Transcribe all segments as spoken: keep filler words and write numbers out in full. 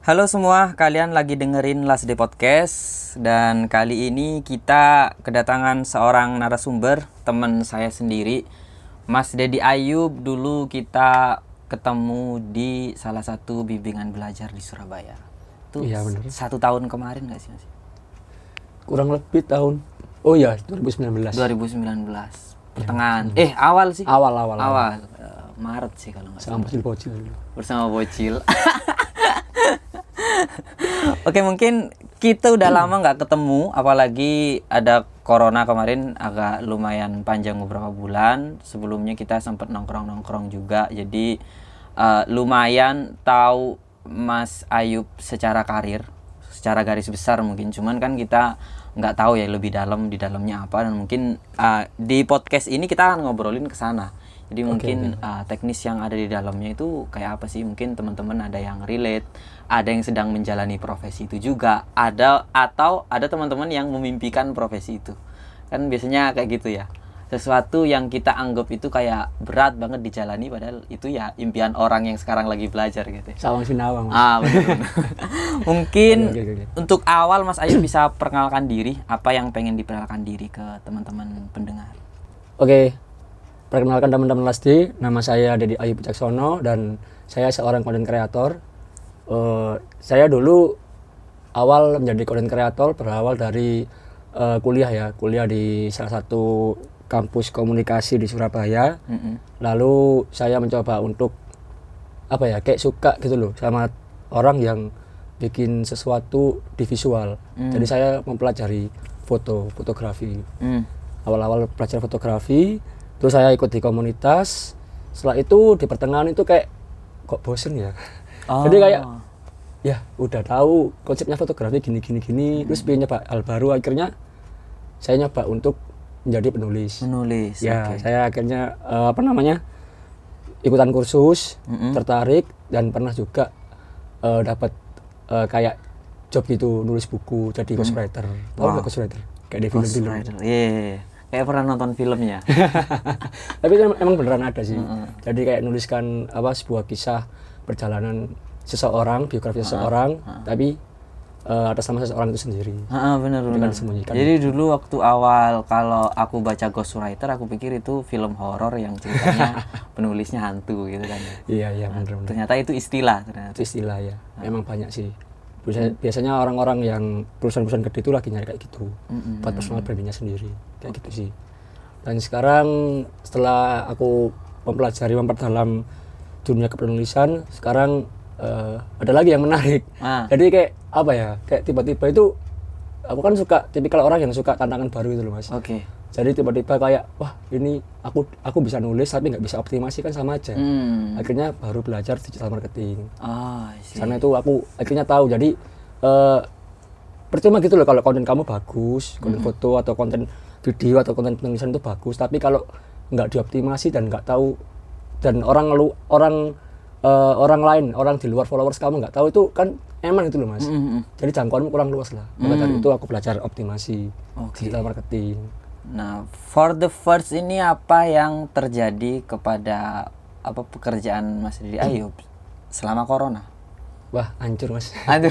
Halo semua, kalian lagi dengerin Last Day Podcast. Dan kali ini kita kedatangan seorang narasumber, teman saya sendiri, Mas Dedi Ayub. Dulu kita ketemu di salah satu bimbingan belajar di Surabaya. Itu iya, bener. satu tahun kemarin gak sih Mas? Kurang lebih tahun, oh iya dua ribu sembilan belas. dua ribu sembilan belas pertengahan, ya, eh awal sih? Awal, awal. Awal, awal. Uh, Maret sih kalau nggak salah. Sama bocil-bocil dulu. Bersama bocil. Oke, mungkin kita udah lama nggak ketemu, apalagi ada corona kemarin agak lumayan panjang beberapa bulan. Sebelumnya kita sempat nongkrong-nongkrong juga, jadi uh, lumayan tahu Mas Ayub secara karir, secara garis besar mungkin. Cuman kan kita nggak tahu ya lebih dalam di dalamnya apa, dan mungkin uh, di podcast ini kita akan ngobrolin ke sana. Jadi mungkin okay, okay. Uh, teknis yang ada di dalamnya itu kayak apa sih? Mungkin teman-teman ada yang relate, ada yang sedang menjalani profesi itu juga, ada atau ada teman-teman yang memimpikan profesi itu. Kan biasanya kayak gitu ya. Sesuatu yang kita anggap itu kayak berat banget dijalani, padahal itu ya impian orang yang sekarang lagi belajar gitu. Sawang sinawang. Ah, betul. Mungkin okay, okay, okay. Untuk awal Mas Ayub bisa perkenalkan diri, apa yang pengen diperkenalkan diri ke teman-teman pendengar. Oke. Okay. Perkenalkan teman-teman Lasdi, nama saya Dedi Ayub Wicaksono dan saya seorang content creator. Uh, saya dulu awal menjadi content creator berawal dari uh, kuliah ya, kuliah di salah satu kampus komunikasi di Surabaya. Mm-hmm. Lalu saya mencoba untuk apa ya, kayak suka gitu loh sama orang yang bikin sesuatu di visual. Mm. Jadi saya mempelajari foto, fotografi. Mm. Awal-awal belajar fotografi. Terus saya ikut di komunitas. Setelah itu di pertengahan itu kayak kok bosen ya. Oh. Jadi kayak ya udah tahu konsepnya fotografi gini gini gini. Hmm. Terus pengen nyoba hal baru, akhirnya saya nyoba untuk menjadi penulis. Penulis. Ya, okay. Saya akhirnya uh, apa namanya ikutan kursus, mm-hmm. tertarik dan pernah juga uh, dapat uh, kayak job gitu, nulis buku jadi mm. ghostwriter. Tahu nggak wow. ghostwriter? Kayak di film-film. Iya. Yeah. Kayak pernah nonton filmnya. Tapi emang beneran ada sih. Mm-hmm. Jadi kayak nuliskan apa sebuah kisah perjalanan seseorang, biografi uh-huh. seseorang, uh-huh. tapi uh, atas nama seseorang itu sendiri. Heeh, uh-huh, benar benar. Jadi dulu waktu awal kalau aku baca ghostwriter, aku pikir itu film horor yang ceritanya penulisnya hantu gitu kan. Iya, iya benar benar. Ternyata itu istilah ternyata. Itu istilah ya. Uh-huh. Emang banyak sih. Biasanya, biasanya orang-orang yang perusahaan-perusahaan gede itu lagi nyari kayak gitu, mm-hmm. buat personal brandingnya sendiri, kayak okay. gitu sih. Dan sekarang setelah aku mempelajari, memperdalam dunia kepenulisan, sekarang uh, ada lagi yang menarik. Ah. Jadi kayak apa ya, kayak tiba-tiba itu, aku kan suka, tipikal orang yang suka tantangan baru gitu loh Mas. Oke. Okay. Jadi tiba-tiba kayak, wah ini aku aku bisa nulis tapi nggak bisa optimasi, kan sama aja. Hmm. Akhirnya baru belajar digital marketing. Oh, karena itu aku akhirnya tahu. Jadi uh, percuma gitu loh kalau konten kamu bagus, konten hmm. foto atau konten video atau konten penulisan itu bagus, tapi kalau nggak dioptimasi dan nggak tahu, dan orang lu orang uh, orang lain, orang di luar followers kamu nggak tahu, itu kan emang itu loh Mas. Hmm. Jadi jangkauanmu kurang luas lah. Maka hmm. dari itu aku belajar optimasi okay. digital marketing. Nah, for the first ini apa yang terjadi kepada apa pekerjaan Mas Dedi Ayub selama corona? Wah, hancur Mas. Aduh.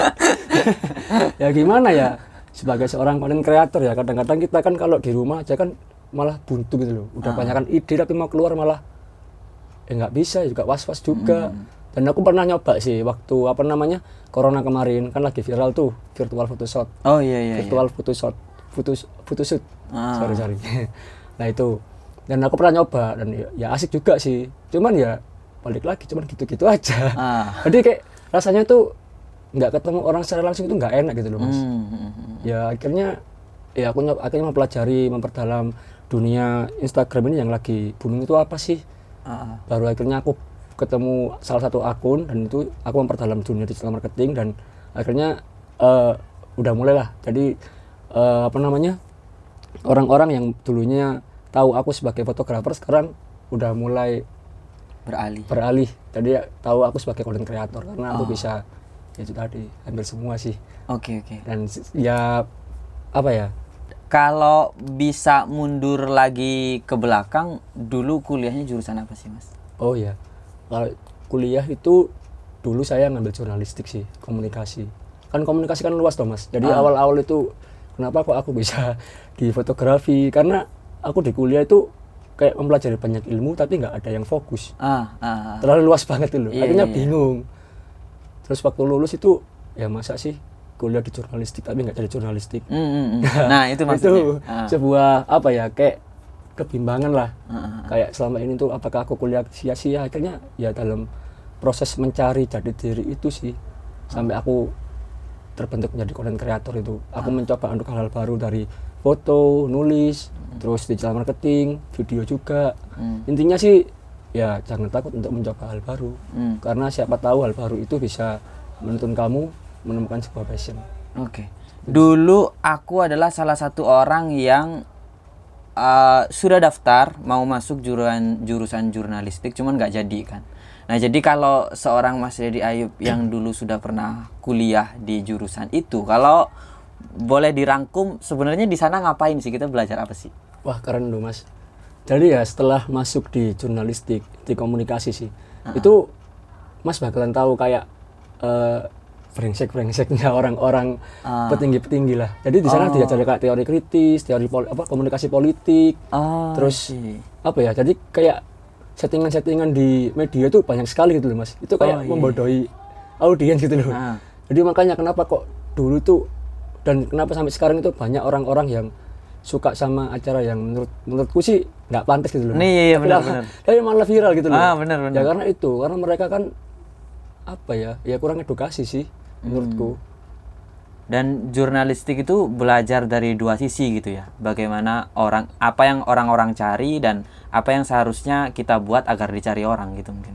Ya gimana ya, sebagai seorang content creator ya, kadang-kadang kita kan kalau di rumah aja kan malah buntu gitu loh. Udah ah. banyakan ide tapi mau keluar malah eh nggak bisa, juga was-was juga. Hmm. Dan aku pernah nyoba sih waktu apa namanya corona kemarin, kan lagi viral tuh virtual photoshoot. Oh iya iya. Virtual iya. photoshoot. Fotos photoshoot, ah. sorry sorry. Nah itu, dan aku pernah nyoba dan ya, ya asik juga sih. Cuman ya balik lagi, cuman gitu-gitu aja. Ah. Jadi kayak rasanya tuh nggak ketemu orang secara langsung itu nggak enak gitu loh Mas. Mm-hmm. Ya akhirnya, ya aku nyoba, akhirnya mempelajari, memperdalam dunia Instagram ini yang lagi booming itu apa sih. Ah. Baru akhirnya aku ketemu salah satu akun dan itu aku memperdalam dunia digital marketing, dan akhirnya uh, udah mulai lah. Jadi Uh, apa namanya orang-orang yang dulunya tahu aku sebagai fotografer sekarang udah mulai beralih beralih jadi tahu aku sebagai content creator karena oh. aku bisa ya itu tadi hampir semua sih. Oke okay, oke okay. Dan ya apa ya, kalau bisa mundur lagi ke belakang, dulu kuliahnya jurusan apa sih Mas? Oh ya, kalau kuliah itu dulu saya ngambil jurnalistik sih, komunikasi. Kan komunikasi kan luas toh Mas. Jadi Ah. awal-awal itu kenapa kok aku bisa di fotografi? Karena aku di kuliah itu kayak mempelajari banyak ilmu tapi nggak ada yang fokus. Ah, ah. Terlalu luas banget dulu. Iya, Akhirnya iya, iya. bingung. Terus waktu lulus itu ya masa sih kuliah di jurnalistik tapi nggak jadi jurnalistik. Hmm, hmm, hmm. Nah, itu maksudnya. Itu Ah. sebuah apa ya kayak kebimbangan lah. Ah, ah, ah. Kayak selama ini tuh apakah aku kuliah sia-sia? Akhirnya ya dalam proses mencari jati diri itu sih sampai aku terbentuk menjadi content creator itu. Aku mencoba untuk hal-hal baru dari foto, nulis, terus digital marketing, video juga. Hmm. Intinya sih ya jangan takut untuk mencoba hal baru. Hmm. Karena siapa tahu hal baru itu bisa menuntun kamu menemukan sebuah passion. Oke. Dulu aku adalah salah satu orang yang uh, sudah daftar mau masuk jurusan jurusan jurnalistik, cuman nggak jadi kan. Nah, jadi kalau seorang Mas Dedi Ayub yang dulu sudah pernah kuliah di jurusan itu, kalau boleh dirangkum sebenarnya di sana ngapain sih, kita belajar apa sih? Wah keren loh Mas. Jadi ya setelah masuk di jurnalistik, di komunikasi sih, itu Mas bakalan tahu kayak eh, brengsek-brengseknya orang-orang Ah. petinggi-petinggi lah. Jadi di sana Oh. diajari kayak teori kritis, teori pol- apa komunikasi politik, Oh, terus I see. apa ya? Jadi kayak settingan-settingan di media itu banyak sekali gitu loh Mas. Itu Oh, kayak iya. membodohi audiens gitu loh. Ah. Jadi makanya kenapa kok dulu tuh dan kenapa sampai sekarang itu banyak orang-orang yang suka sama acara yang menurut menurutku sih nggak pantas gitu loh. Nih, iya, iya, Tapi benar, lah- benar. Tapi malah viral gitu loh. Ah, benar, benar. Ya karena itu, karena mereka kan apa ya? Ya kurang edukasi sih menurutku. Dan jurnalistik itu belajar dari dua sisi gitu ya. Bagaimana orang, apa yang orang-orang cari dan apa yang seharusnya kita buat agar dicari orang gitu mungkin.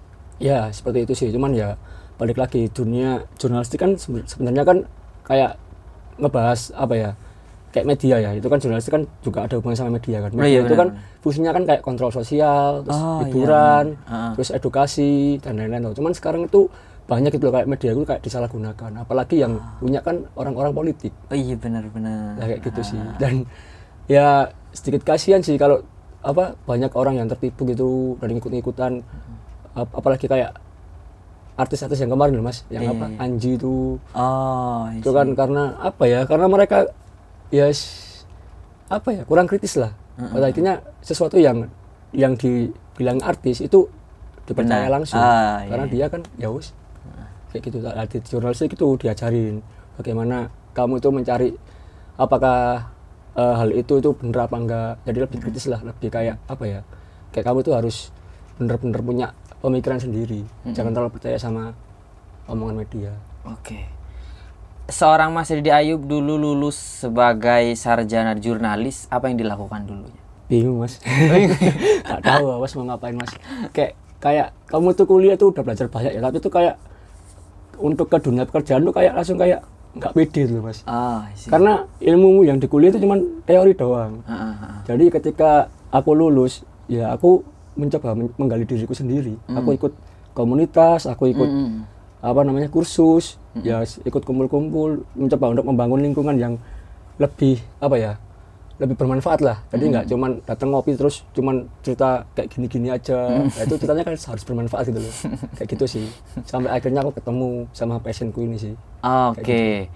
Ya seperti itu sih. Cuman ya balik lagi dunia jurnalistik kan seben- sebenarnya kan kayak ngebahas apa ya? Kayak media ya. Itu kan jurnalistik kan juga ada hubungan sama media kan. Oh, Media iya, itu benar, kan fungsinya kan kayak kontrol sosial, terus Oh, iya, hiburan, benar. Ah. terus edukasi dan lain-lain. Tuh. Cuman sekarang itu banyak gitu loh kayak media itu kayak disalahgunakan. Apalagi yang punya kan orang-orang politik. Oh iya, benar-benar. Nah, kayak gitu sih. Dan ya sedikit kasihan sih kalau apa banyak orang yang tertipu gitu dan ikut-ikutan ap- apalagi kayak artis-artis yang kemarin loh Mas, yang Iya, apa iya. Anji itu Oh, I itu see. kan karena apa ya? Karena mereka ya s- apa ya? Kurang kritis lah. Pada akhirnya sesuatu yang yang dibilang artis itu dipercaya Benar. langsung. Ah, iya, Karena iya. dia kan ya wis kayak gitu. Nah, di jurnalistik itu diajarin bagaimana kamu itu mencari apakah eh, hal itu itu benar apa enggak. Jadi lebih kritis lah, lebih kayak apa ya? Kayak kamu tuh harus benar-benar punya pemikiran sendiri. Jangan terlalu percaya sama omongan media. Oke. Seorang Mas Dedi Ayub dulu lulus sebagai sarjana jurnalis, apa yang dilakukan dulunya? Bingung Mas. Gak tahu Mas mau ngapain Mas. Kayak kayak kamu tuh kuliah tuh udah belajar banyak ya, tapi tuh kayak untuk ke dunia pekerjaan tuh kayak langsung kayak nggak pede tuh Mas. Ah, I see. Karena ilmu yang di kuliah itu cuma teori doang. Ah, ah, ah. Jadi ketika aku lulus, ya aku mencoba men- menggali diriku sendiri. Aku ikut komunitas, aku ikut Mm. apa namanya kursus, ya s- ikut kumpul-kumpul, mencoba untuk membangun lingkungan yang lebih apa ya, lebih bermanfaat lah. Jadi nggak cuman datang ngopi terus cuman cerita kayak gini-gini aja. Nah, itu ceritanya kan harus bermanfaat gitu loh. Kayak gitu sih. Sampai akhirnya aku ketemu sama passionku ini sih. Oke.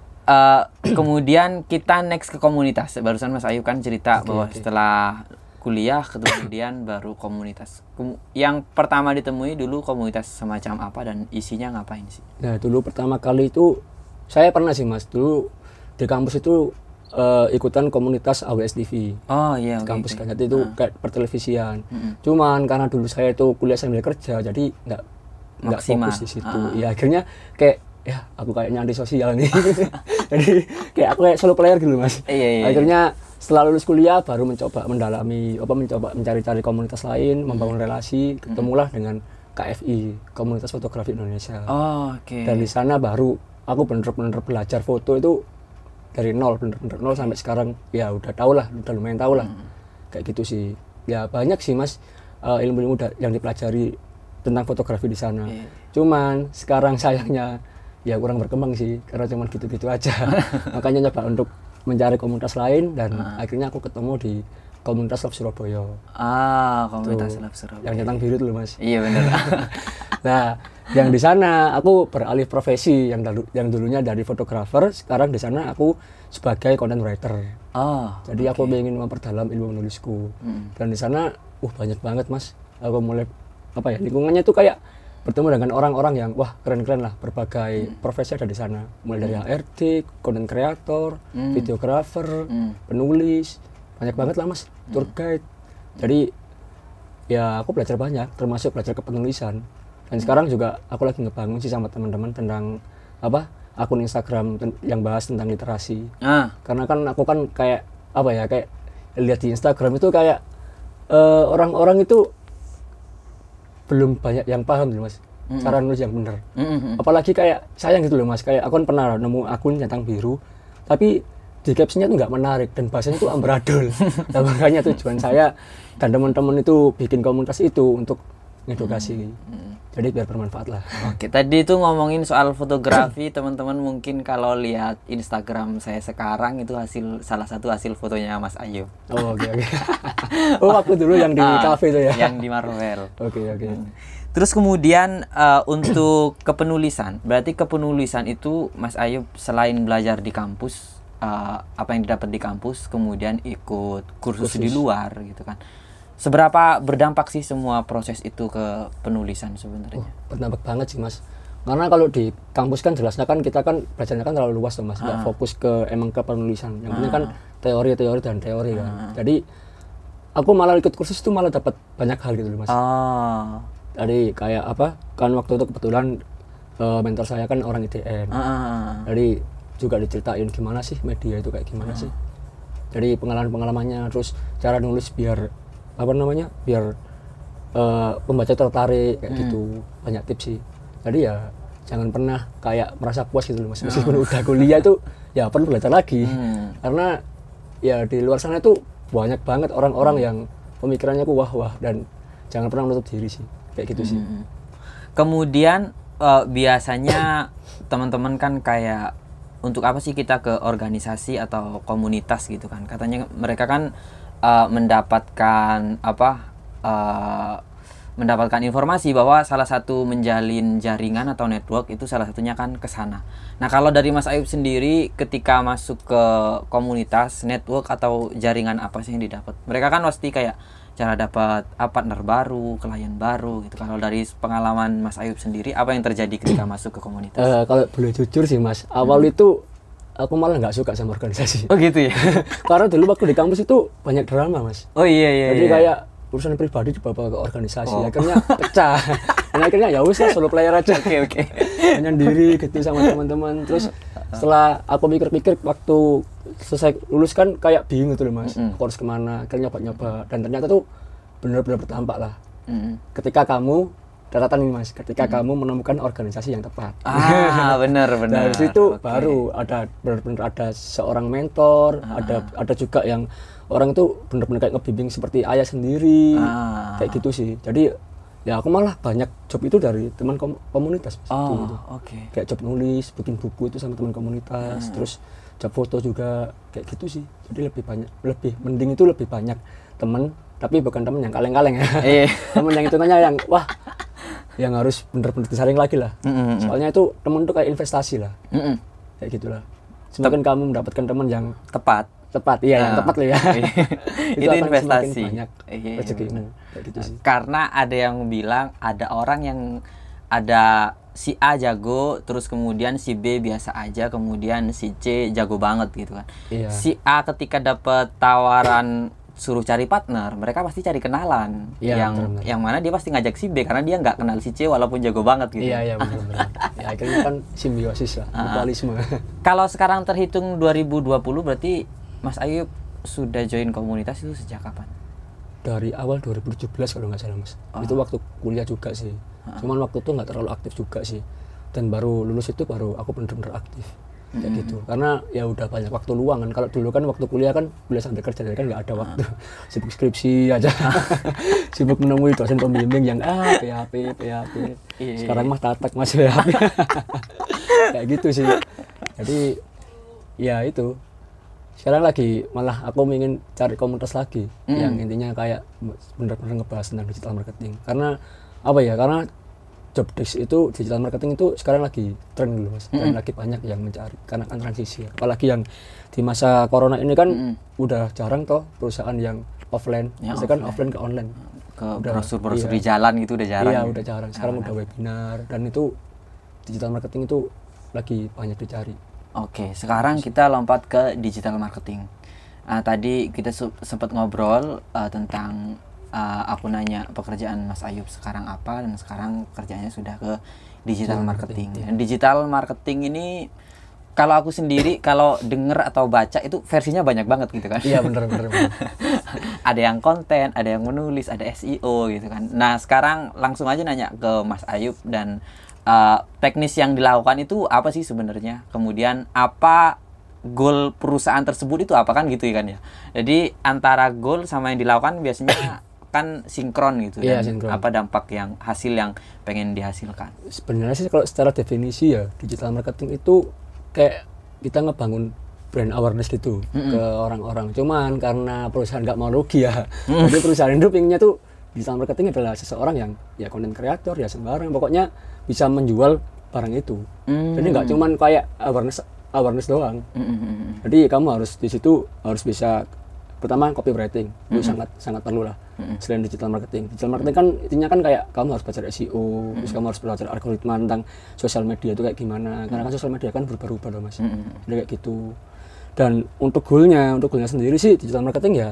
Eh, kemudian kita next ke komunitas. Barusan Mas Ayub kan cerita bahwa setelah kuliah kemudian baru komunitas. Kem- yang pertama ditemui dulu komunitas semacam apa dan isinya ngapain sih? Nah dulu pertama kali itu saya pernah sih Mas. Dulu di kampus itu eh, ikutan komunitas A W S T V. Oh iya, Di oke, kampus oke. kan, jadi itu kayak pertelevisian. Cuman karena dulu saya itu kuliah sambil kerja, jadi nggak nggak Maksimal. fokus di situ. Ah. Ya akhirnya kayak ya aku kayaknya anti sosial nih. Jadi kayak aku kayak solo player gitu Mas. Iya, iya, iya. Akhirnya setelah lulus kuliah baru mencoba mendalami apa mencoba mencari-cari komunitas lain, membangun relasi, ketemulah dengan K F I, Komunitas Fotografi Indonesia. Oh, oke. Dari sana baru aku bener-bener belajar foto itu dari nol, bener-bener nol sampai sekarang ya udah tau lah, udah lumayan tau lah. Kayak gitu sih. Ya banyak sih Mas eh, ilmu-ilmu da- yang dipelajari tentang fotografi di sana. Iya. Cuman sekarang sayangnya ya kurang berkembang sih karena cuman gitu-gitu aja. Makanya nyoba untuk mencari komunitas lain dan akhirnya aku ketemu di komunitas Love Surabaya. Ah, komunitas Love Surabaya. Yang centang biru dulu Mas. Iya benar. Nah, yang di sana aku beralih profesi yang dulu, yang dulunya dari fotografer, sekarang di sana aku sebagai content writer. Oh. Jadi okay. aku ingin memperdalam ilmu menulisku. Mm. Dan di sana uh banyak banget Mas. Aku mulai apa ya? Lingkungannya tuh kayak bertemu dengan orang-orang yang wah keren-keren lah, berbagai mm. profesi ada di sana. Mulai dari mm. H R D, content creator, mm. videographer, mm. penulis, banyak banget lah Mas. Mm. Tour guide. Jadi ya aku belajar banyak, termasuk belajar kepenulisan. Dan sekarang juga aku lagi ngebangun sih sama teman-teman tentang apa akun Instagram yang bahas tentang literasi. Ah. Karena kan aku kan kayak apa ya kayak lihat di Instagram itu kayak uh, orang-orang itu belum banyak yang paham loh Mas. Mm-hmm. Cara nulis yang benar. Mm-hmm. Apalagi kayak sayang gitu loh Mas. Kayak aku kan pernah nemu akun centang biru, tapi di captionnya tuh nggak menarik dan bahasanya tuh amburadul. Dan makanya tujuan saya dan teman-teman itu bikin komunitas itu untuk edukasi. Mm-hmm. Jadi biar bermanfaat lah. Oke, tadi itu ngomongin soal fotografi, teman-teman mungkin kalau lihat Instagram saya sekarang itu hasil salah satu hasil fotonya Mas Ayu. Oh, oke okay, oke. Okay. Oh, aku dulu yang di kafe itu ya. Yang di Marvel. Oke okay, oke. Okay. Hmm. Terus kemudian uh, untuk kepenulisan, berarti kepenulisan itu Mas Ayu selain belajar di kampus, uh, apa yang didapat di kampus, kemudian ikut kursus, kursus di luar gitu kan. Seberapa berdampak sih semua proses itu ke penulisan sebenarnya? Oh, berdampak banget sih Mas. Karena kalau di kampus kan jelasnya kan kita kan belajarnya kan terlalu luas tuh Mas, nggak ah. fokus ke emang ke penulisan. Yang penting ah. kan teori-teori dan teori kan. Ah. Jadi aku malah ikut kursus itu malah dapat banyak hal gitu loh Mas. Ah. Jadi kayak apa? Kan waktu itu kebetulan uh, mentor saya kan orang I D N. Ah. Jadi juga diceritain gimana sih media itu kayak gimana ah. sih. Jadi pengalaman-pengalamannya, terus cara nulis biar apa namanya biar uh, pembaca tertarik kayak hmm. gitu, banyak tips sih. Jadi ya jangan pernah kayak merasa puas gitu loh Mas, meskipun oh. udah kuliah itu ya perlu belajar lagi hmm. karena ya di luar sana itu banyak banget orang-orang hmm. yang pemikirannya ku wah-wah dan jangan pernah menutup diri sih kayak gitu hmm. sih. Kemudian uh, biasanya teman-teman kan kayak untuk apa sih kita ke organisasi atau komunitas gitu kan, katanya mereka kan Uh, mendapatkan apa uh, mendapatkan informasi bahwa salah satu menjalin jaringan atau network itu salah satunya kan ke sana. Nah, kalau dari Mas Ayub sendiri ketika masuk ke komunitas, network atau jaringan apa sih yang didapat? Mereka kan pasti kayak cara dapat apa partner baru, klien baru gitu. Kalau dari pengalaman Mas Ayub sendiri, apa yang terjadi ketika masuk ke komunitas? Uh, kalau boleh jujur sih Mas, awal hmm. itu aku malah nggak suka sama organisasi. Oh gitu ya? Karena dulu waktu di kampus itu banyak drama Mas. Oh iya iya. Jadi iya. kayak urusan pribadi dibawa ke organisasi, oh. akhirnya pecah. Dan akhirnya ya wis lah solo player aja. Oke oke. Menyendiri gitu sama teman-teman. Terus setelah aku mikir-mikir waktu selesai lulus kan kayak bingung gitu loh Mas. Mm-hmm. Aku harus kemana? Akhirnya nyoba-nyoba dan ternyata tuh benar-benar berdampak lah. Mm-hmm. Ketika kamu catatan ini Mas, ketika hmm. kamu menemukan organisasi yang tepat. Ah, benar benar. Dari situ okay. baru ada benar-benar ada seorang mentor, ah. ada ada juga yang orang itu benar-benar kayak ngebimbing seperti ayah sendiri. Ah. Kayak gitu sih. Jadi ya aku malah banyak job itu dari teman kom komunitas Mas. Oh, gitu. oke. Okay. Kayak job nulis, bikin buku itu sama teman komunitas, ah. terus job foto juga kayak gitu sih. Jadi lebih banyak, lebih mending itu lebih banyak teman, tapi bukan teman yang kaleng-kaleng ya. Iya. Teman yang itu nanya yang wah yang harus bener-bener disaring lagi lah. Mm-hmm. Soalnya itu temen tuh kayak investasi lah. Mm-hmm. Kayak gitulah. Semakin Tep- kamu mendapatkan teman yang tepat, tepat, iya nah. yang tepat loh ya. itu, itu investasi. Banyak iya, rezekimu. Kayak gitu sih. Karena ada yang bilang ada orang yang ada si A jago, terus kemudian si B biasa aja, kemudian si C jago banget gitu kan. Iya. Si A ketika dapat tawaran suruh cari partner, mereka pasti cari kenalan ya, yang bener-bener. Yang mana dia pasti ngajak si B karena dia nggak kenal si C walaupun jago banget gitu. Iya iya benar-benar. Ya akhirnya kan simbiosis lah, mutualisme. Kalau sekarang terhitung dua ribu dua puluh berarti Mas Ayub sudah join komunitas itu sejak kapan? Dari awal dua ribu tujuh belas kalau nggak salah Mas. Oh. Itu waktu kuliah juga sih. Uh-huh. Cuman waktu itu nggak terlalu aktif juga sih. Dan baru lulus itu baru aku benar-benar aktif. Kayak mm-hmm. gitu, karena ya udah banyak waktu luang kan. Kalau dulu kan waktu kuliah kan kuliah sambil kerja, jadi kan nggak ada waktu. Sibuk skripsi aja, sibuk menemui dosen pembimbing yang ah P H P, P H P. Sekarang mah tatak Mas P H P. Kayak gitu sih. Jadi ya itu sekarang lagi malah aku ingin cari komunitas lagi Mm. yang intinya kayak benar-benar ngebahas tentang digital marketing. Karena apa ya? Karena job desk itu digital marketing itu sekarang lagi tren dulu mas, dan Mm-mm. lagi banyak yang mencari karena kan transisi. Apalagi yang di masa corona ini kan Mm-mm. udah jarang toh perusahaan yang offline, Yang misalkan offline. ke online. Ke Udah, brosur-brosur iya. di jalan gitu udah jarang. Iya ya? udah jarang. Sekarang udah webinar dan itu digital marketing itu lagi banyak dicari. Oke, sekarang kita lompat ke digital marketing. Ah, tadi kita su- sempat ngobrol ah, tentang ah, aku nanya pekerjaan Mas Ayub sekarang apa, dan sekarang kerjanya sudah ke digital Digital marketing. marketing, Dan digital marketing ini kalau aku sendiri kalau denger atau baca itu versinya banyak banget gitu kan. Iya bener bener. bener. Ada yang konten, ada yang menulis, ada S E O gitu kan. Nah, sekarang langsung aja nanya ke Mas Ayub, dan uh, teknis yang dilakukan itu apa sih sebenarnya? Kemudian apa goal perusahaan tersebut itu apa kan gitu ya kan ya. Jadi antara goal sama yang dilakukan biasanya kan sinkron gitu. Iya, Dan sinkron. apa dampak yang hasil yang pengen dihasilkan. Sebenarnya sih kalau secara definisi ya digital marketing itu kayak kita ngebangun brand awareness gitu Mm-mm. ke orang-orang. Cuman karena perusahaan nggak mau rugi ya, jadi perusahaan itu pinginnya tuh digital marketing adalah seseorang yang ya content creator ya sembarang, pokoknya bisa menjual barang itu. Mm. Jadi nggak cuman kayak awareness awareness doang. Mm-mm. Jadi kamu harus di situ harus bisa pertama copywriting itu Mm-mm. sangat sangat perlu lah. Mm-mm. Selain digital marketing, digital marketing kan intinya kan kayak kamu harus belajar S E O, terus kamu harus belajar algoritma tentang sosial media itu kayak gimana. Karena kan sosial media kan berubah-ubah loh mas. Mm-mm. Jadi kayak gitu. Dan untuk goalnya, untuk goalnya sendiri sih digital marketing ya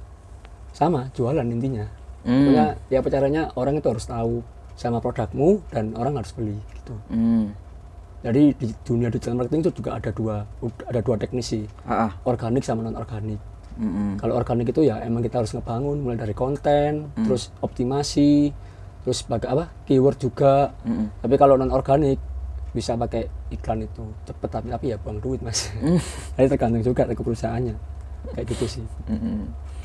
sama jualan intinya. Mm. Pokoknya ya apa caranya orang itu harus tahu sama produkmu dan orang harus beli gitu. Mm. Jadi di dunia digital marketing itu juga ada dua ada dua teknis sih, Ah, ah. organik sama non organik. Mm-mm. Kalau organik itu ya emang kita harus ngebangun mulai dari konten, Hmm. terus optimasi, terus pakai apa keyword juga. Mm-mm. Tapi kalau non organik bisa pakai iklan itu cepet tapi tapi ya buang duit mas. Mm. Jadi tergantung juga ke perusahaannya kayak gitu sih. Mm-mm.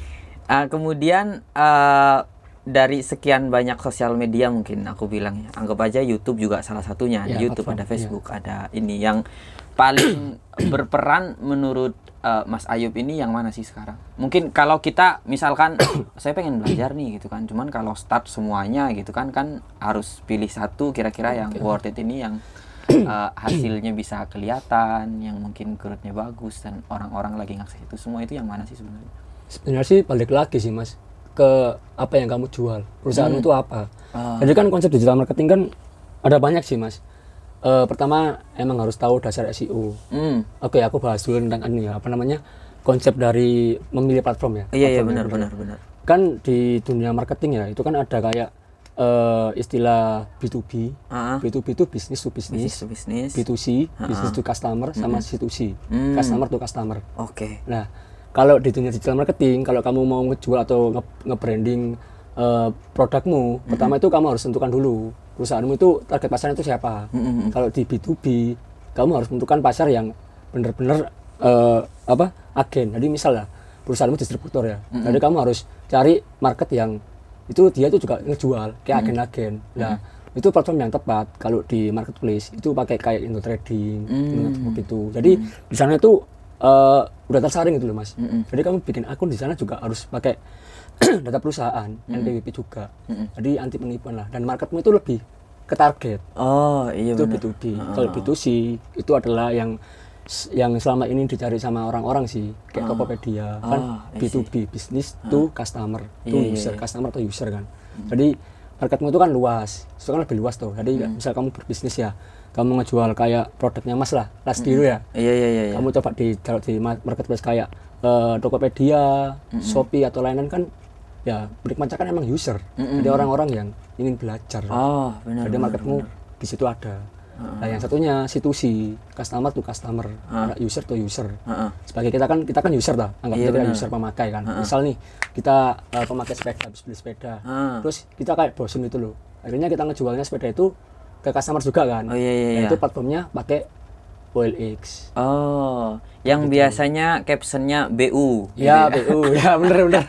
Ah, kemudian ah, dari sekian banyak sosial media mungkin aku bilang ya, anggap aja YouTube juga salah satunya. Ada Ya, YouTube, platform, ada Facebook, ada ini yang paling berperan menurut uh, Mas Ayub ini yang mana sih sekarang? Mungkin kalau kita misalkan saya pengen belajar nih gitu kan, cuman kalau start semuanya gitu kan kan harus pilih satu kira-kira yang worth it ini, yang uh, hasilnya bisa kelihatan, yang mungkin growth-nya bagus dan orang-orang lagi ngakses itu semua, itu yang mana sih sebenarnya? Sebenarnya sih balik lagi sih mas ke apa yang kamu jual, perusahaan Hmm. itu apa. Ah. Jadi kan konsep digital marketing kan ada banyak sih mas. Eh, pertama emang harus tahu dasar S E O. Hmm. Oke, aku bahas dulu tentang ini ya, apa namanya konsep dari memilih platform ya. Iya iya Platform benar yang benar benar. benar. Kan di dunia marketing ya itu kan ada kayak eh, istilah B to B, Ah, B to B itu business to bisnis business, to bisnis. B to C, business to customer, sama C to C, Hmm. customer to customer. Oke. Nah, kalau di dunia digital marketing, kalau kamu mau ngejual atau nge- nge-branding eh, produkmu, pertama itu kamu harus tentukan dulu perusahaanmu itu target pasarnya itu siapa. Mm-mm. Kalau di B to B, kamu harus menentukan pasar yang benar-benar eh, apa agen. Jadi misalnya perusahaanmu distributor ya, jadi kamu harus cari market yang itu dia itu juga ngejual kayak agen-agen. Nah, itu platform yang tepat kalau di marketplace itu pakai kayak Indo Trading, Mm. gitu. Jadi di sana itu eh, udah tersaring gitu loh mas. Mm-mm. Jadi kamu bikin akun di sana juga harus pakai data perusahaan, N P W P juga. Mm-mm. Jadi anti penipuan lah. Dan marketmu itu lebih ke target. Oh iya Itu benar. B to B. Kalau B to C itu adalah yang yang selama ini dicari sama orang-orang sih, kayak Tokopedia kan Ah, I B to B, business to customer, to Iya, iya, user, iya. customer to user kan. Jadi marketmu itu kan luas, itu kan lebih luas tuh. Jadi misal kamu berbisnis ya, kamu ngejual kayak produknya Mas lah, Last Dulu ya. Iya iya iya. iya. Kamu coba di taruh di ma- marketplace kayak eh, Tokopedia, Shopee atau lain-lain kan ya penikmatnya kan emang user. Mm-mm. Jadi orang-orang yang ingin belajar. Oh benar. Jadi benar, marketmu benar. di situ ada. Nah, yang satunya C to C, customer to customer, user to user. Heeh. Sebagai kita kan kita kan user dah, anggap Iya, aja kita benar. user pemakai kan. Misal nih kita eh, pemakai sepeda, habis beli sepeda, Ah. terus kita kayak bosen itu loh. Akhirnya kita ngejualnya sepeda itu ke customer juga kan. Oh iya iya Nah, iya. itu platformnya pakai O L X. Oh, yang biasanya captionnya B U. Ya, B U, ya bener-bener.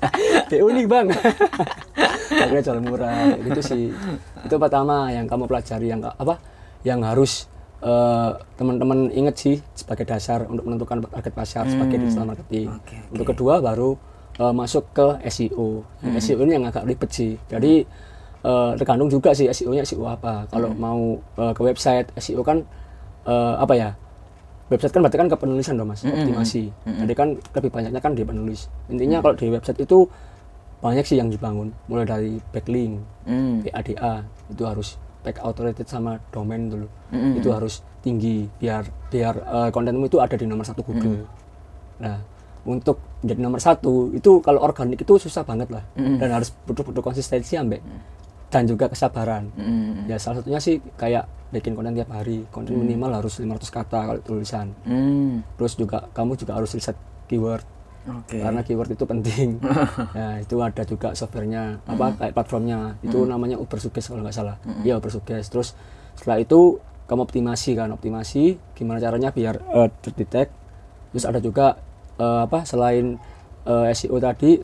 B U nih bang. Akhirnya jual murah, kayak gitu sih. Itu pertama yang kamu pelajari, yang apa? Yang harus eh, teman-teman inget sih sebagai dasar untuk menentukan target pasar sebagai digital marketing. Oke, oke. Untuk kedua baru eh, masuk ke S E O. Yang S E O ini yang agak ribet sih. Jadi eh, tergantung juga sih S E O-nya S E O apa. Kalau mau eh, ke website S E O kan eh, apa ya? Website kan berarti kan ke penulisan dong mas, optimasi. Jadi kan lebih banyaknya kan di penulis. Intinya kalau di website itu banyak sih yang dibangun, mulai dari backlink, Mm. P A D A itu harus back authoritated sama domain dulu, Mm-mm. itu harus tinggi biar biar eh, kontenmu itu ada di nomor satu Google. Nah untuk menjadi nomor satu itu kalau organik itu susah banget lah, dan harus butuh-butuh konsistensi ambek dan juga kesabaran. Mm. Ya salah satunya sih kayak bikin konten tiap hari, konten minimal harus lima ratus kata kalau tulisan. Mm. Terus juga kamu juga harus riset keyword, Oke. karena keyword itu penting. Ya itu ada juga softwarenya, apa kayak platformnya itu namanya Ubersuggest kalau nggak salah. Iya Ubersuggest. Terus setelah itu kamu optimasi kan, optimasi gimana caranya biar uh, terdetek. Terus ada juga uh, apa selain uh, S E O tadi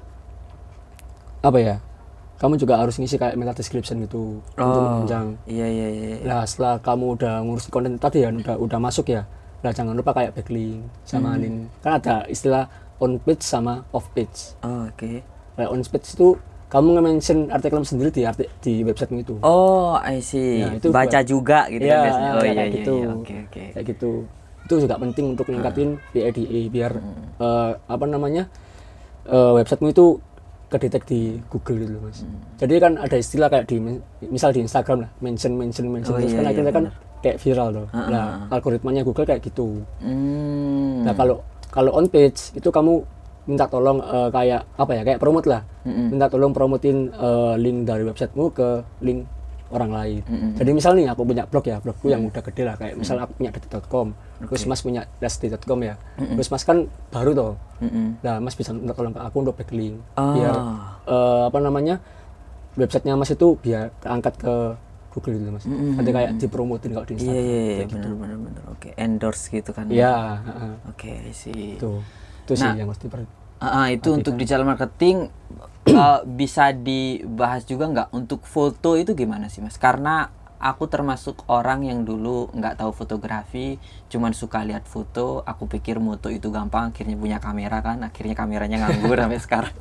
apa ya? Kamu juga harus ngisi kayak meta description gitu untuk menunjang. Iya iya iya. Nah setelah kamu udah ngurus konten tadi ya udah udah masuk ya, nah jangan lupa kayak backlink sama link, kan ada istilah on page sama off page. Oh, oke. Nah, on page itu kamu nge-mention artikel sendiri di arti, di website itu. Oh, I see. Ya, itu Baca buat- juga gitu Iya, kan biasanya. Oh kayak iya iya. gitu. iya. Oke oke. Kayak gitu. Itu juga penting untuk ningkatin P A D A biar eh, apa namanya eh, websitemu itu kedetek di Google gitu loh, mas. Jadi kan ada istilah kayak di misal di Instagram lah, mention mention mention Oh, terus iya, kan iya, akhirnya kan kayak viral tuh. Ah, Nah algoritmanya Google kayak gitu. Hmm. Nah kalau kalau on page itu kamu minta tolong eh, kayak apa ya kayak promote lah, minta tolong promotin eh, link dari websitemu ke link orang lain. Jadi misal nih aku punya blog ya, blogku yang udah gede lah kayak misal aku punya detik dot com, terus mas punya lesti dot com ya, terus mas kan baru toh, Mm-mm. nah mas bisa minta tolong ke aku untuk backlink Ah. biar eh, apa namanya websitenya mas itu biar keangkat ke Google gitu mas. Nanti kayak dipromotin kalau di Iya Instagram. iya iya kayak gitu. benar benar benar. Oke, endorse gitu kan. Iya, heeh. Oke, I see. itu itu sih Nah, yang mesti per Ah, ah, itu untuk digital marketing eh, bisa dibahas juga nggak untuk foto itu gimana sih mas? Karena aku termasuk orang yang dulu nggak tahu fotografi, cuman suka lihat foto. Aku pikir moto itu gampang, akhirnya punya kamera kan, akhirnya kameranya nganggur sampai sekarang.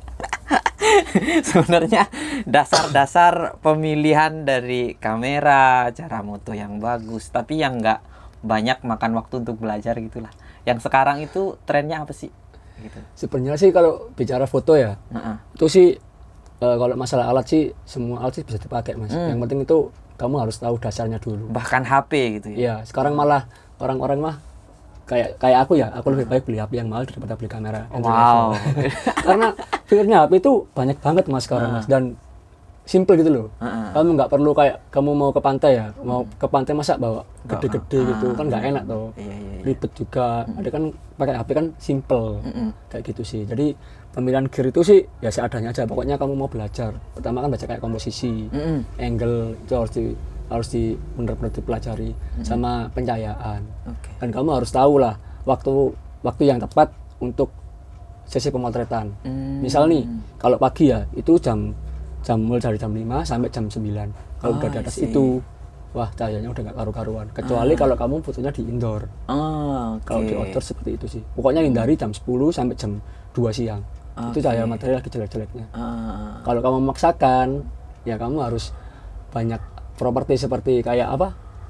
Sebenarnya dasar-dasar pemilihan dari kamera, cara moto yang bagus, tapi yang nggak banyak makan waktu untuk belajar gitulah. Yang sekarang itu trennya apa sih? Gitu. sebenarnya sih kalau bicara foto ya Heeh. itu sih eh, kalau masalah alat sih semua alat sih bisa dipakai mas. Yang penting itu kamu harus tahu dasarnya dulu. Bahkan H P gitu ya. Iya sekarang malah orang-orang mah kayak kayak aku ya, aku lebih baik beli H P yang mahal daripada beli kamera entry Wow. level. Karena fiturnya H P itu banyak banget mas sekarang mas, dan simple gitu loh. Heeh. Kamu nggak perlu kayak kamu mau ke pantai ya, mau ke pantai masa bawa gede-gede gitu kan nggak enak tuh. Iya iya. iya. Ribet juga. Ada kan pakai H P kan simple kayak gitu sih. Jadi pemilihan gear itu sih ya seadanya aja. Pokoknya kamu mau belajar, pertama kan baca kayak komposisi, Mm-mm. angle itu harus di harus di benar-benar dipelajari, sama pencahayaan. Oke. Dan kamu harus tahu lah waktu waktu yang tepat untuk sesi pemotretan. Hmm. Misal nih kalau pagi ya itu jam jam mulai dari jam lima sampai jam sembilan. Kalau Oh, udah di I atas see. itu wah cahayanya udah nggak karu-karuan. Kecuali kalau kamu fotonya di indoor. Oh, oke. Kalau di outdoor seperti itu sih. Pokoknya hindari jam sepuluh sampai jam dua siang. Itu cahaya matahari lagi jelek-jeleknya. Ah, Kalau kamu memaksakan, ya kamu harus banyak properti seperti kayak apa?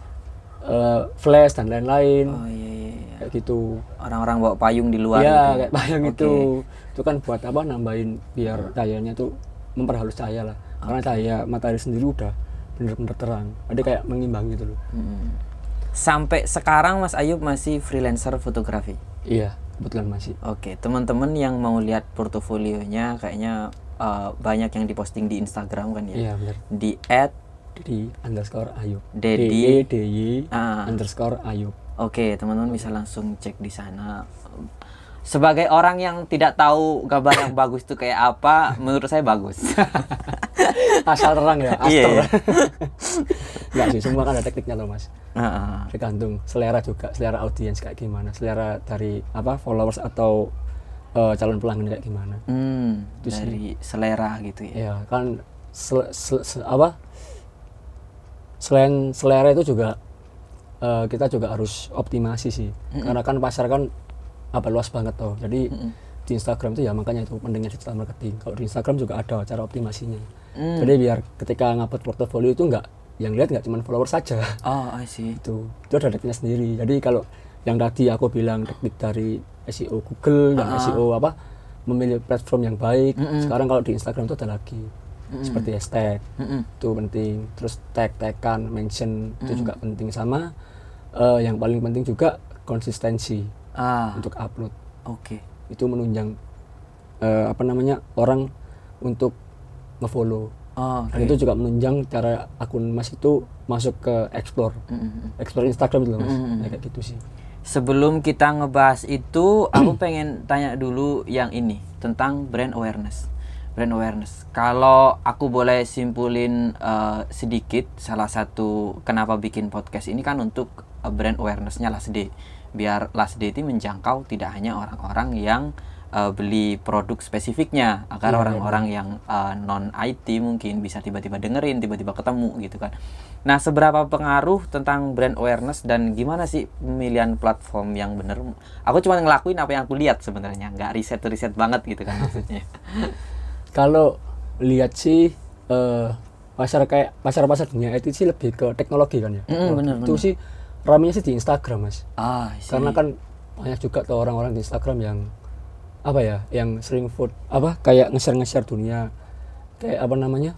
Eh, flash dan lain-lain. oh iya iya. iya. Kayak gitu. Orang-orang bawa payung di luar Iya, gitu. ya? kayak bayang Oke. itu. Itu kan buat apa? Nambahin biar cahayanya tuh memperhalus cahaya lah. Karena cahaya matahari sendiri udah bener-bener terang. Jadi kayak mengimbangi gitu loh. Mm. Sampai sekarang Mas Ayub masih freelancer fotografi. Iya, kebetulan masih. Oke, teman-teman yang mau lihat portofolionya kayaknya eh, banyak yang diposting di Instagram kan ya. Iya, benar. Di at Dedi underscore Ayub. Dedi. D E D Y Ah. underscore Ayub. Oke, teman-teman bisa langsung cek di sana. Sebagai orang yang tidak tahu gambar yang bagus itu kayak apa, menurut saya bagus. Asal terang ya, Iya, aster. iya. Enggak sih, semua kan ada tekniknya loh mas. Heeh. Tergantung selera juga, selera audiens kayak gimana, selera dari apa followers atau eh, calon pelanggan kayak gimana. Hmm, Itu sih. dari selera gitu ya. Ya kan sel- sel- sel- apa selain selera itu juga uh, kita juga harus optimasi sih. Mm-hmm. Karena kan pasar kan apa luas banget tuh. Jadi mm-hmm. di Instagram itu ya makanya itu pentingnya digital marketing. Kalau di Instagram juga ada cara optimasinya. Mm. Jadi biar ketika ngupload portofolio itu enggak yang lihat nggak cuma follower saja. Oh, I see. Itu itu ada tekniknya sendiri. Jadi kalau yang tadi aku bilang teknik dari S E O Google dan uh-huh. S E O apa memilih platform yang baik. Mm-hmm. Sekarang kalau di Instagram itu ada lagi mm-hmm. seperti hashtag mm-hmm. itu penting. Terus tag tagkan, mention mm-hmm. itu juga penting sama. Uh, yang paling penting juga konsistensi ah. untuk upload. Oke. Okay. Itu menunjang uh, apa namanya orang untuk ngefollow. Oh, okay. Dan itu juga menunjang cara akun Mas itu masuk ke explore, mm-hmm. explore Instagram itu Mas, mm-hmm. kayak gitu sih. Sebelum kita ngebahas itu, aku pengen tanya dulu yang ini tentang brand awareness. Brand awareness. Kalau aku boleh simpulin uh, sedikit, salah satu kenapa bikin podcast ini kan untuk uh, brand awareness-nya Last Day. Biar Last Day itu menjangkau tidak hanya orang-orang yang Uh, beli produk spesifiknya agar yeah, orang-orang yeah. yang uh, non I T mungkin bisa tiba-tiba dengerin, tiba-tiba ketemu gitu kan. Nah, seberapa pengaruh tentang brand awareness dan gimana sih pemilihan platform yang benar? Aku cuma ngelakuin apa yang aku lihat sebenarnya, nggak riset-riset banget gitu kan maksudnya. Kalau lihat sih uh, pasar kayak pasar-pasar dunia I T sih lebih ke teknologi kan ya. Mm, bener, itu bener. Sih ramenya sih di Instagram Mas. Ah, karena kan banyak juga tuh orang-orang di Instagram yang apa ya, yang sering food apa kayak nge-share nge-share dunia kayak apa namanya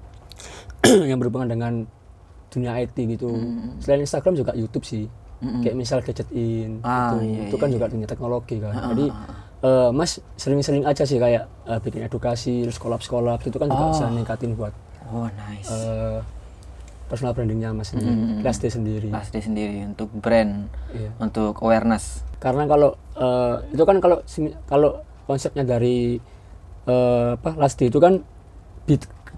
yang berhubungan dengan dunia I T gitu. Mm. Selain Instagram juga YouTube sih. Mm-mm. Kayak misal Gadget In ah, itu, iya, itu kan iya. juga dunia teknologi kan. Ah, Jadi ah, uh, Mas sering-sering aja sih kayak uh, bikin edukasi, terus collab-collab itu kan juga oh. bisa ningkatin buat oh nice uh, personal brandingnya Mas sendiri, mm-hmm. Last Day sendiri. Last Day sendiri untuk brand, iya. untuk awareness. Karena kalau uh, itu kan kalau kalau konsepnya dari uh, apa Last Day itu kan B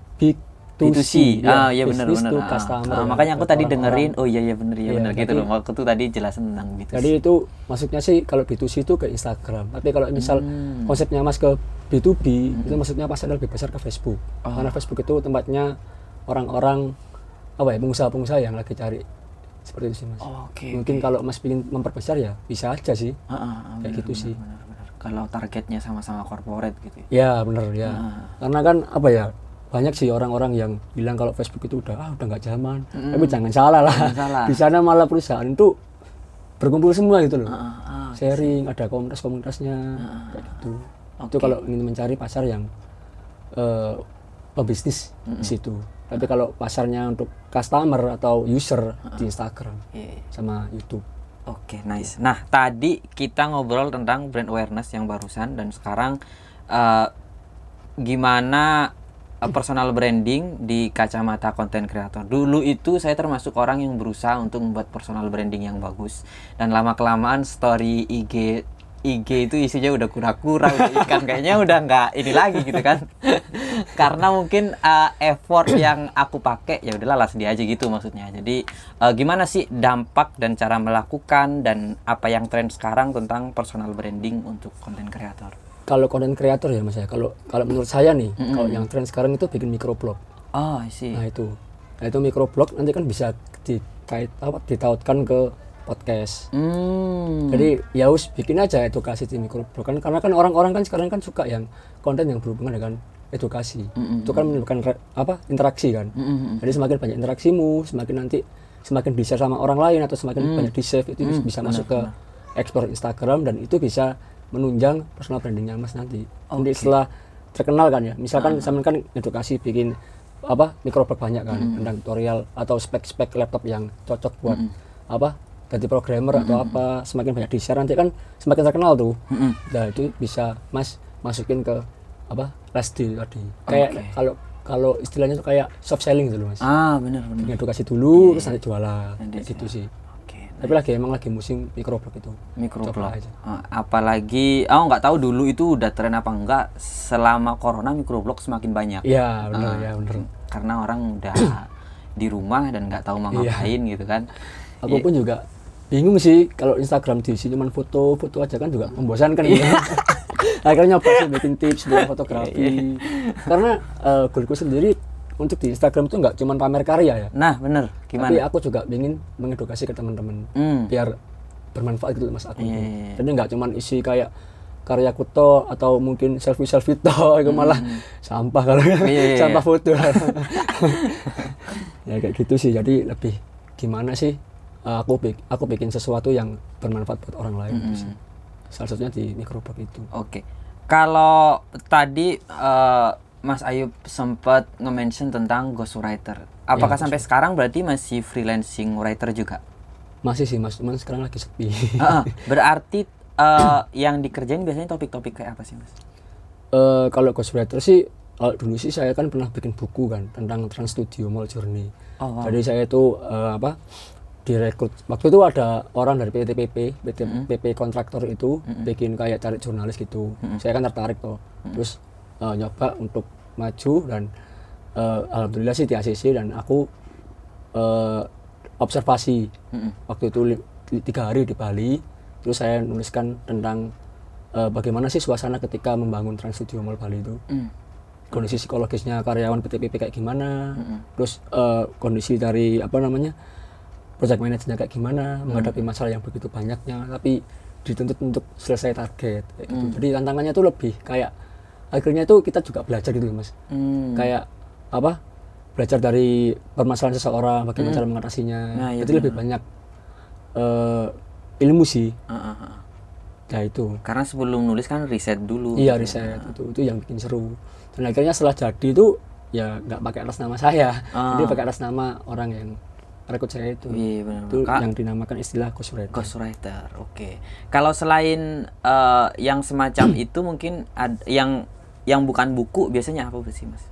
to C, ah iya benar benar. Ah, ah, makanya aku tadi dengerin, oh iya iya benar iya, iya benar gitu loh. Aku tuh tadi jelasin tentang B to C. Jadi itu maksudnya sih kalau B to C itu ke Instagram. Tapi kalau misal hmm. konsepnya Mas ke B to B, hmm. itu maksudnya pasar lebih besar ke Facebook. Oh. Karena Facebook itu tempatnya orang-orang apa ya, pengusaha-pengusaha yang lagi cari seperti itu sih Mas. Oh, okay, Mungkin okay. kalau Mas ingin memperbesar ya bisa aja sih. Ah, ah, kayak bener, gitu bener, sih. Bener, bener. Kalau targetnya sama-sama corporate gitu. Ya benar ya. Ah. Karena kan apa ya, banyak sih orang-orang yang bilang kalau Facebook itu udah ah udah nggak zaman. Mm. Tapi jangan salah lah. Jangan salah. Di sana malah perusahaan itu berkumpul semua gitu loh. Ah, ah, ah, sharing, ada komunitas-komunitasnya ah, kayak gitu. Okay. Itu kalau ingin mencari pasar yang uh, pebisnis mm-hmm. di situ. Tapi kalau pasarnya untuk customer atau user uh-huh. di Instagram yeah. sama YouTube. Oke, okay, nice. Nah, tadi kita ngobrol tentang brand awareness yang barusan dan sekarang uh, gimana uh, personal branding di kacamata content creator. Dulu itu saya termasuk orang yang berusaha untuk membuat personal branding yang bagus dan lama-kelamaan story I G I G itu isinya udah kura-kura, udah ikan, kayaknya udah nggak ini lagi gitu kan. Karena mungkin uh, effort yang aku pakai ya udahlah Last Day aja gitu maksudnya. Jadi uh, gimana sih dampak dan cara melakukan dan apa yang tren sekarang tentang personal branding untuk content creator? Kalau content creator ya Mas ya, kalau kalau menurut saya nih, mm-hmm. kalau yang tren sekarang itu bikin microblog. Oh, I see. Nah itu, nah itu microblog nanti kan bisa dikait apa ditautkan ke podcast. Hmm. Jadi ya us bikin aja edukasi di microblog kan, karena kan orang-orang kan sekarang kan suka yang konten yang berhubungan dengan edukasi. Mm-hmm. Itu kan menimbulkan apa interaksi kan. Mm-hmm. Jadi semakin banyak interaksimu, semakin nanti semakin di-share sama orang lain atau semakin mm. banyak di-save itu mm. bisa benar, masuk ke explore Instagram dan itu bisa menunjang personal brandingnya Mas nanti. Okay. Nanti setelah terkenal kan ya, misalkan uh-huh. sama kan edukasi bikin apa microblog banyak kan, mm-hmm. tentang tutorial atau spek-spek laptop yang cocok buat mm-hmm. apa jadi programmer mm-hmm. atau apa, semakin banyak di-share nanti kan semakin terkenal tuh. Mm-hmm. Nah itu bisa Mas masukin ke apa Last Day tadi. Kayak okay. kalau kalau istilahnya tuh kayak soft selling dulu Mas. Ah benar benar. Bikin edukasi dulu yeah. terus nanti jualan. Nanti kayak gitu sih. Okay. Tapi lagi emang lagi musim microblog itu. Microblog. Uh, apalagi aku oh, nggak tahu dulu itu udah tren apa enggak, selama corona microblog semakin banyak. Iya benar uh, ya benar. Karena orang udah di rumah dan nggak tahu mau ngapain yeah. gitu kan. Aku pun juga bingung sih kalau Instagram diisi cuma foto-foto aja kan juga membosankan gitu. Akhirnya nyoba sih bikin tips buat fotografi. Karena uh, goalku sendiri untuk di Instagram itu nggak cuma pamer karya ya. Nah, bener. Gimana? Tapi aku juga ingin mengedukasi ke teman-teman Hmm. biar bermanfaat gitu mas akun Iya, itu. iya, iya. Jadi nggak cuma isi kayak karyaku toh atau mungkin selfie selfie toh, itu malah sampah kalau Iya, iya, iya. sampah foto. Ya kayak gitu sih. Jadi lebih gimana sih uh, aku bik- aku bikin sesuatu yang bermanfaat buat orang lain gitu sih. Salah satunya di microblog itu. Oke. Kalau tadi eh, Mas Ayub sempat nge-mention tentang ghostwriter. Apakah Ya, sampai sekarang berarti masih freelancing writer juga? Masih sih mas, cuman sekarang lagi sepi. Heeh. Berarti eh, yang dikerjain biasanya topik-topik kayak apa sih, Mas? Eh, kalau ghostwriter sih, kalau dulu sih saya kan pernah bikin buku kan tentang Trans Studio Mall Journey. Oh, wow. Jadi saya itu eh, apa direkrut. Waktu itu ada orang dari P T P P, P T P P kontraktor itu bikin kayak cari jurnalis gitu. Saya kan tertarik tuh. Terus eh, nyoba untuk maju dan eh, alhamdulillah sih di A C C dan aku eh, observasi. Waktu itu li- li- tiga hari di Bali. Terus saya nuliskan tentang eh, bagaimana sih suasana ketika membangun Trans Studio Mall Bali itu. Hmm. Kondisi psikologisnya karyawan P T P P kayak gimana, terus eh, kondisi dari apa namanya project manajernya kayak gimana, menghadapi masalah yang begitu banyaknya, tapi dituntut untuk selesai target kayak gitu. Jadi tantangannya tuh lebih kayak akhirnya tuh kita juga belajar gitu loh mas, Hmm. kayak apa belajar dari permasalahan seseorang, bagaimana cara mengatasinya. Nah, iya Jadi lebih banyak eh, ilmu sih. Ah, ah, ah. Nah itu. Karena sebelum nulis kan riset dulu. Iya gitu. riset itu itu yang bikin seru. Dan akhirnya setelah jadi itu ya nggak pakai atas nama saya, Ah. jadi pakai atas nama orang yang rekrut saya itu. Iya, benar. Itu Kak, yang dinamakan istilah ghostwriter. ghostwriter. Oke. Kalau selain eh, yang semacam itu mungkin ad, yang yang bukan buku biasanya apa sih, Mas?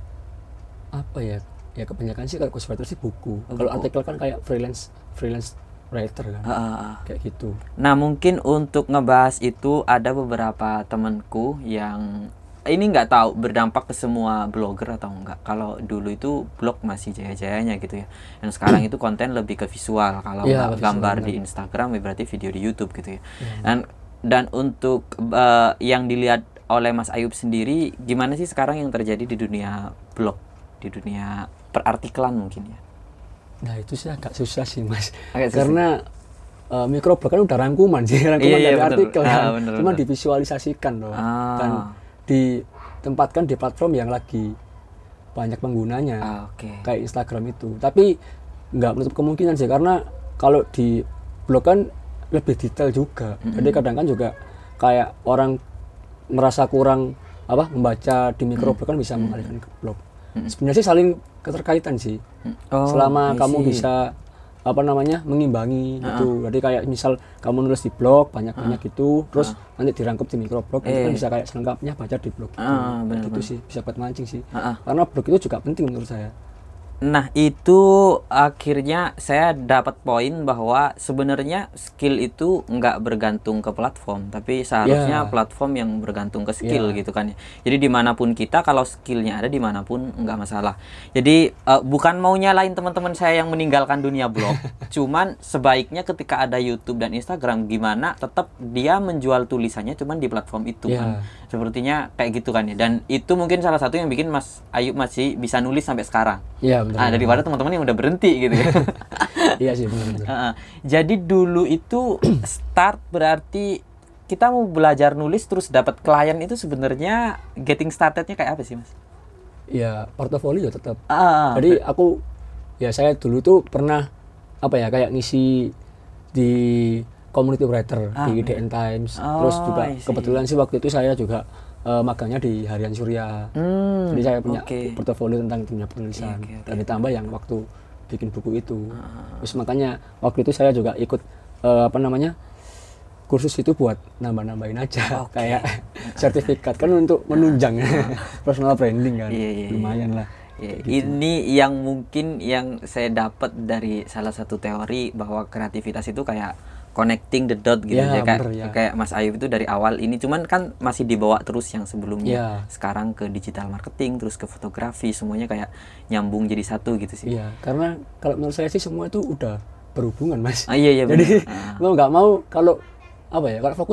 Apa ya? Ya kebanyakan sih kalau ghostwriter sih buku. Oh, Kalau buku. artikel kan kayak freelance freelance writer kan. Ah, ah, ah. Kayak gitu. Nah, mungkin untuk ngebahas itu ada beberapa temanku yang ini nggak tahu berdampak ke semua blogger atau enggak. Kalau dulu itu blog masih jaya-jayanya gitu ya. Dan sekarang itu konten lebih ke visual. Kalau Iya, nggak visual, gambar benar. di Instagram ya berarti video di YouTube gitu ya. Dan dan untuk eh, yang dilihat oleh Mas Ayub sendiri, gimana sih sekarang yang terjadi di dunia blog, di dunia perartikelan mungkin ya? Nah itu sih agak susah sih mas. Agak susah. Karena uh, microblog kan udah rangkuman sih, rangkuman Iya, iya, dari bener. artikel Ah, kan. bener, Cuma bener. divisualisasikan loh. Ah. Dan ditempatkan di platform yang lagi banyak penggunanya. Ah, oke. Kayak Instagram itu. Tapi nggak menutup kemungkinan sih karena kalau di blog kan lebih detail juga. Jadi kadang kan juga kayak orang merasa kurang apa membaca di microblog kan bisa mengalihkan ke blog. Sebenarnya sih saling keterkaitan sih. Oh, Selama I kamu see. bisa apa namanya mengimbangi gitu. Jadi kayak misal kamu nulis di blog banyak-banyak gitu, terus nanti dirangkup di microblog, itu kan Eh. bisa kayak selengkapnya baca di blog gitu. Ah, benar, gitu benar. sih, bisa buat mancing sih. Ah, ah. Karena blog itu juga penting menurut saya. Nah, itu akhirnya saya dapat poin bahwa sebenarnya skill itu nggak bergantung ke platform, tapi seharusnya Ya. platform yang bergantung ke skill Ya. gitu kan ya. Jadi dimanapun kita, kalau skillnya ada dimanapun nggak masalah. Jadi eh, bukan mau nyalain teman-teman saya yang meninggalkan dunia blog, cuman sebaiknya ketika ada YouTube dan Instagram gimana tetap dia menjual tulisannya cuman di platform itu Ya. kan. Sepertinya kayak gitu kan ya. Dan itu mungkin salah satu yang bikin Mas Ayub masih bisa nulis sampai sekarang. Iya benar. Ah, daripada teman-teman yang udah berhenti gitu ya. Iya sih benar. Heeh. Jadi dulu itu start berarti kita mau belajar nulis terus dapat klien itu sebenarnya getting startednya kayak apa sih, Mas? Iya, portofolio tetap. Ah, Jadi aku ya saya dulu tuh pernah apa ya kayak ngisi di community writer Ah, di D N Times. Oh, Terus juga I see. kebetulan sih waktu itu saya juga eh, magangnya di Harian Surya. hmm, Jadi saya punya oke. portofolio tentang dunia penulisan. Oke, oke, Dan ditambah yang waktu bikin buku itu. Terus makanya waktu itu saya juga ikut eh, apa namanya kursus itu buat nambah-nambahin aja Oke. kayak sertifikat kan untuk menunjang personal branding kan. Iya, iya, iya. Lumayan lah. Ya, ini yang mungkin yang saya dapat dari salah satu teori bahwa kreativitas itu kayak connecting the dot gitu Ya, ya, kayak bener, ya. kayak Mas Ayub itu dari awal ini cuman kan masih dibawa terus yang sebelumnya Ya. sekarang ke digital marketing terus ke fotografi semuanya kayak nyambung jadi satu gitu sih. Iya, karena kalau menurut saya sih semua itu udah berhubungan mas. Ah, iya iya Jadi bener. Ah. mau nggak mau kalau apa ya kalau fokus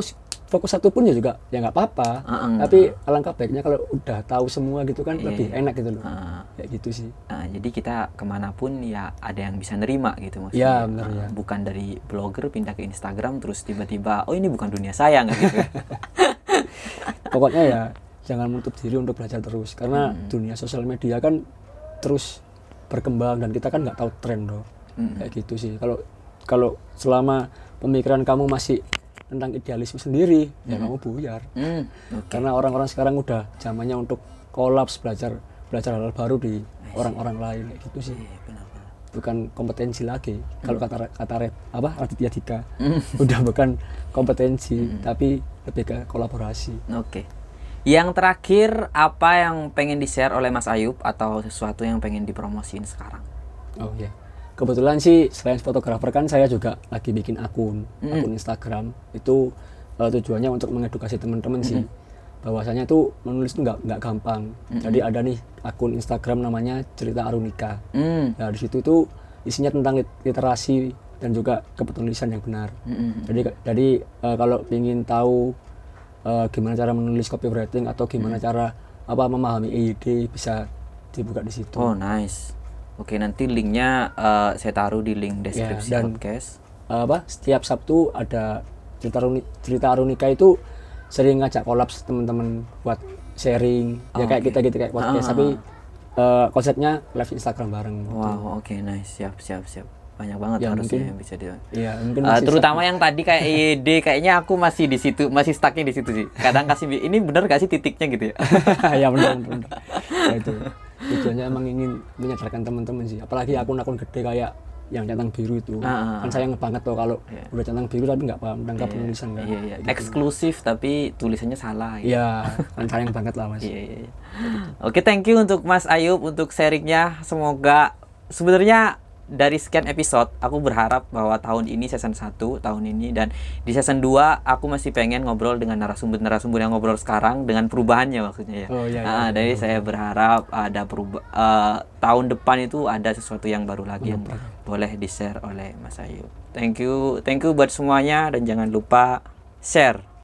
fokus satu pun ya juga ya nggak apa-apa. Uh-uh. Tapi alangkah baiknya kalau udah tahu semua gitu kan Iya, lebih iya. enak gitu loh. Uh. Kayak gitu sih. Nah, jadi kita kemanapun ya ada yang bisa nerima gitu maksudnya. Iya, benar, Nah, ya. bukan dari blogger pindah ke Instagram terus tiba-tiba oh ini bukan dunia saya nggak gitu. Pokoknya ya jangan menutup diri untuk belajar terus karena Hmm. dunia sosial media kan terus berkembang dan kita kan nggak tahu tren loh. Hmm. Kayak gitu sih. Kalau kalau selama pemikiran kamu masih tentang idealisme sendiri ya kamu buyar. Hmm, oke. Karena orang-orang sekarang udah zamannya untuk kolaps belajar belajar hal baru di orang-orang lain kayak gitu sih. Iya, benar-benar. Bukan kompetensi lagi. Kalau kata kata Red, apa Raditya Dika Hmm. udah bukan kompetensi tapi lebih ke kolaborasi. Oke. Yang terakhir apa yang pengen di-share oleh Mas Ayub atau sesuatu yang pengen dipromosiin sekarang? Oh iya. Kebetulan sih selain fotografer kan saya juga lagi bikin akun, akun Instagram. Itu uh, tujuannya untuk mengedukasi teman-teman sih. Bahwasanya tuh menulis tuh nggak nggak gampang. Jadi ada nih akun Instagram namanya Cerita Arunika. Hmm. Nah di situ tuh isinya tentang lit- literasi dan juga kepenulisan yang benar. Mm-mm. Jadi jadi uh, kalau ingin tahu uh, gimana cara menulis copywriting atau gimana cara apa memahami E I D bisa dibuka di situ. Oh, nice. Oke, nanti linknya eh, saya taruh di link deskripsi Ya, dan- podcast. apa setiap Sabtu ada cerita Aruni, cerita Arunika itu sering ngajak kolaps teman-teman buat sharing ya Oh, kayak oke. kita gitu kayak podcast Ah. tapi uh, konsepnya live Instagram bareng. Wow, oke, nice. Siap, siap, siap. Banyak banget Ya, harusnya mungkin- yang bisa di. Iya mungkin Eh, masih terutama yang tadi kayak E Y D kayaknya aku masih di situ, masih stucknya di situ sih. Kadang kasih bi- ini bener gak sih titiknya gitu ya? ya benar benar. benar. Ya, itu tujuannya emang ingin menyadarkan teman-teman sih apalagi akun-akun gede kayak yang centang biru itu Ah, ah, kan sayang banget tuh kalau Iya. udah centang biru tapi nggak paham tentang penulisan kan. Iya, iya. Gitu. Eksklusif tapi tulisannya salah. Gitu. Iya kan sayang banget lah mas. Iya, iya, iya. Oke, thank you untuk Mas Ayub untuk sharingnya. Semoga sebenarnya dari sekian episode aku berharap bahwa tahun ini season satu tahun ini dan di season dua aku masih pengen ngobrol dengan narasumber-narasumber yang ngobrol sekarang dengan perubahannya maksudnya ya. Oh, iya, iya, Ah, iya. jadi saya berharap ada perubah eh, tahun depan itu ada sesuatu yang baru lagi yang boleh di-share oleh Mas Ayub. Thank you, thank you buat semuanya dan jangan lupa share.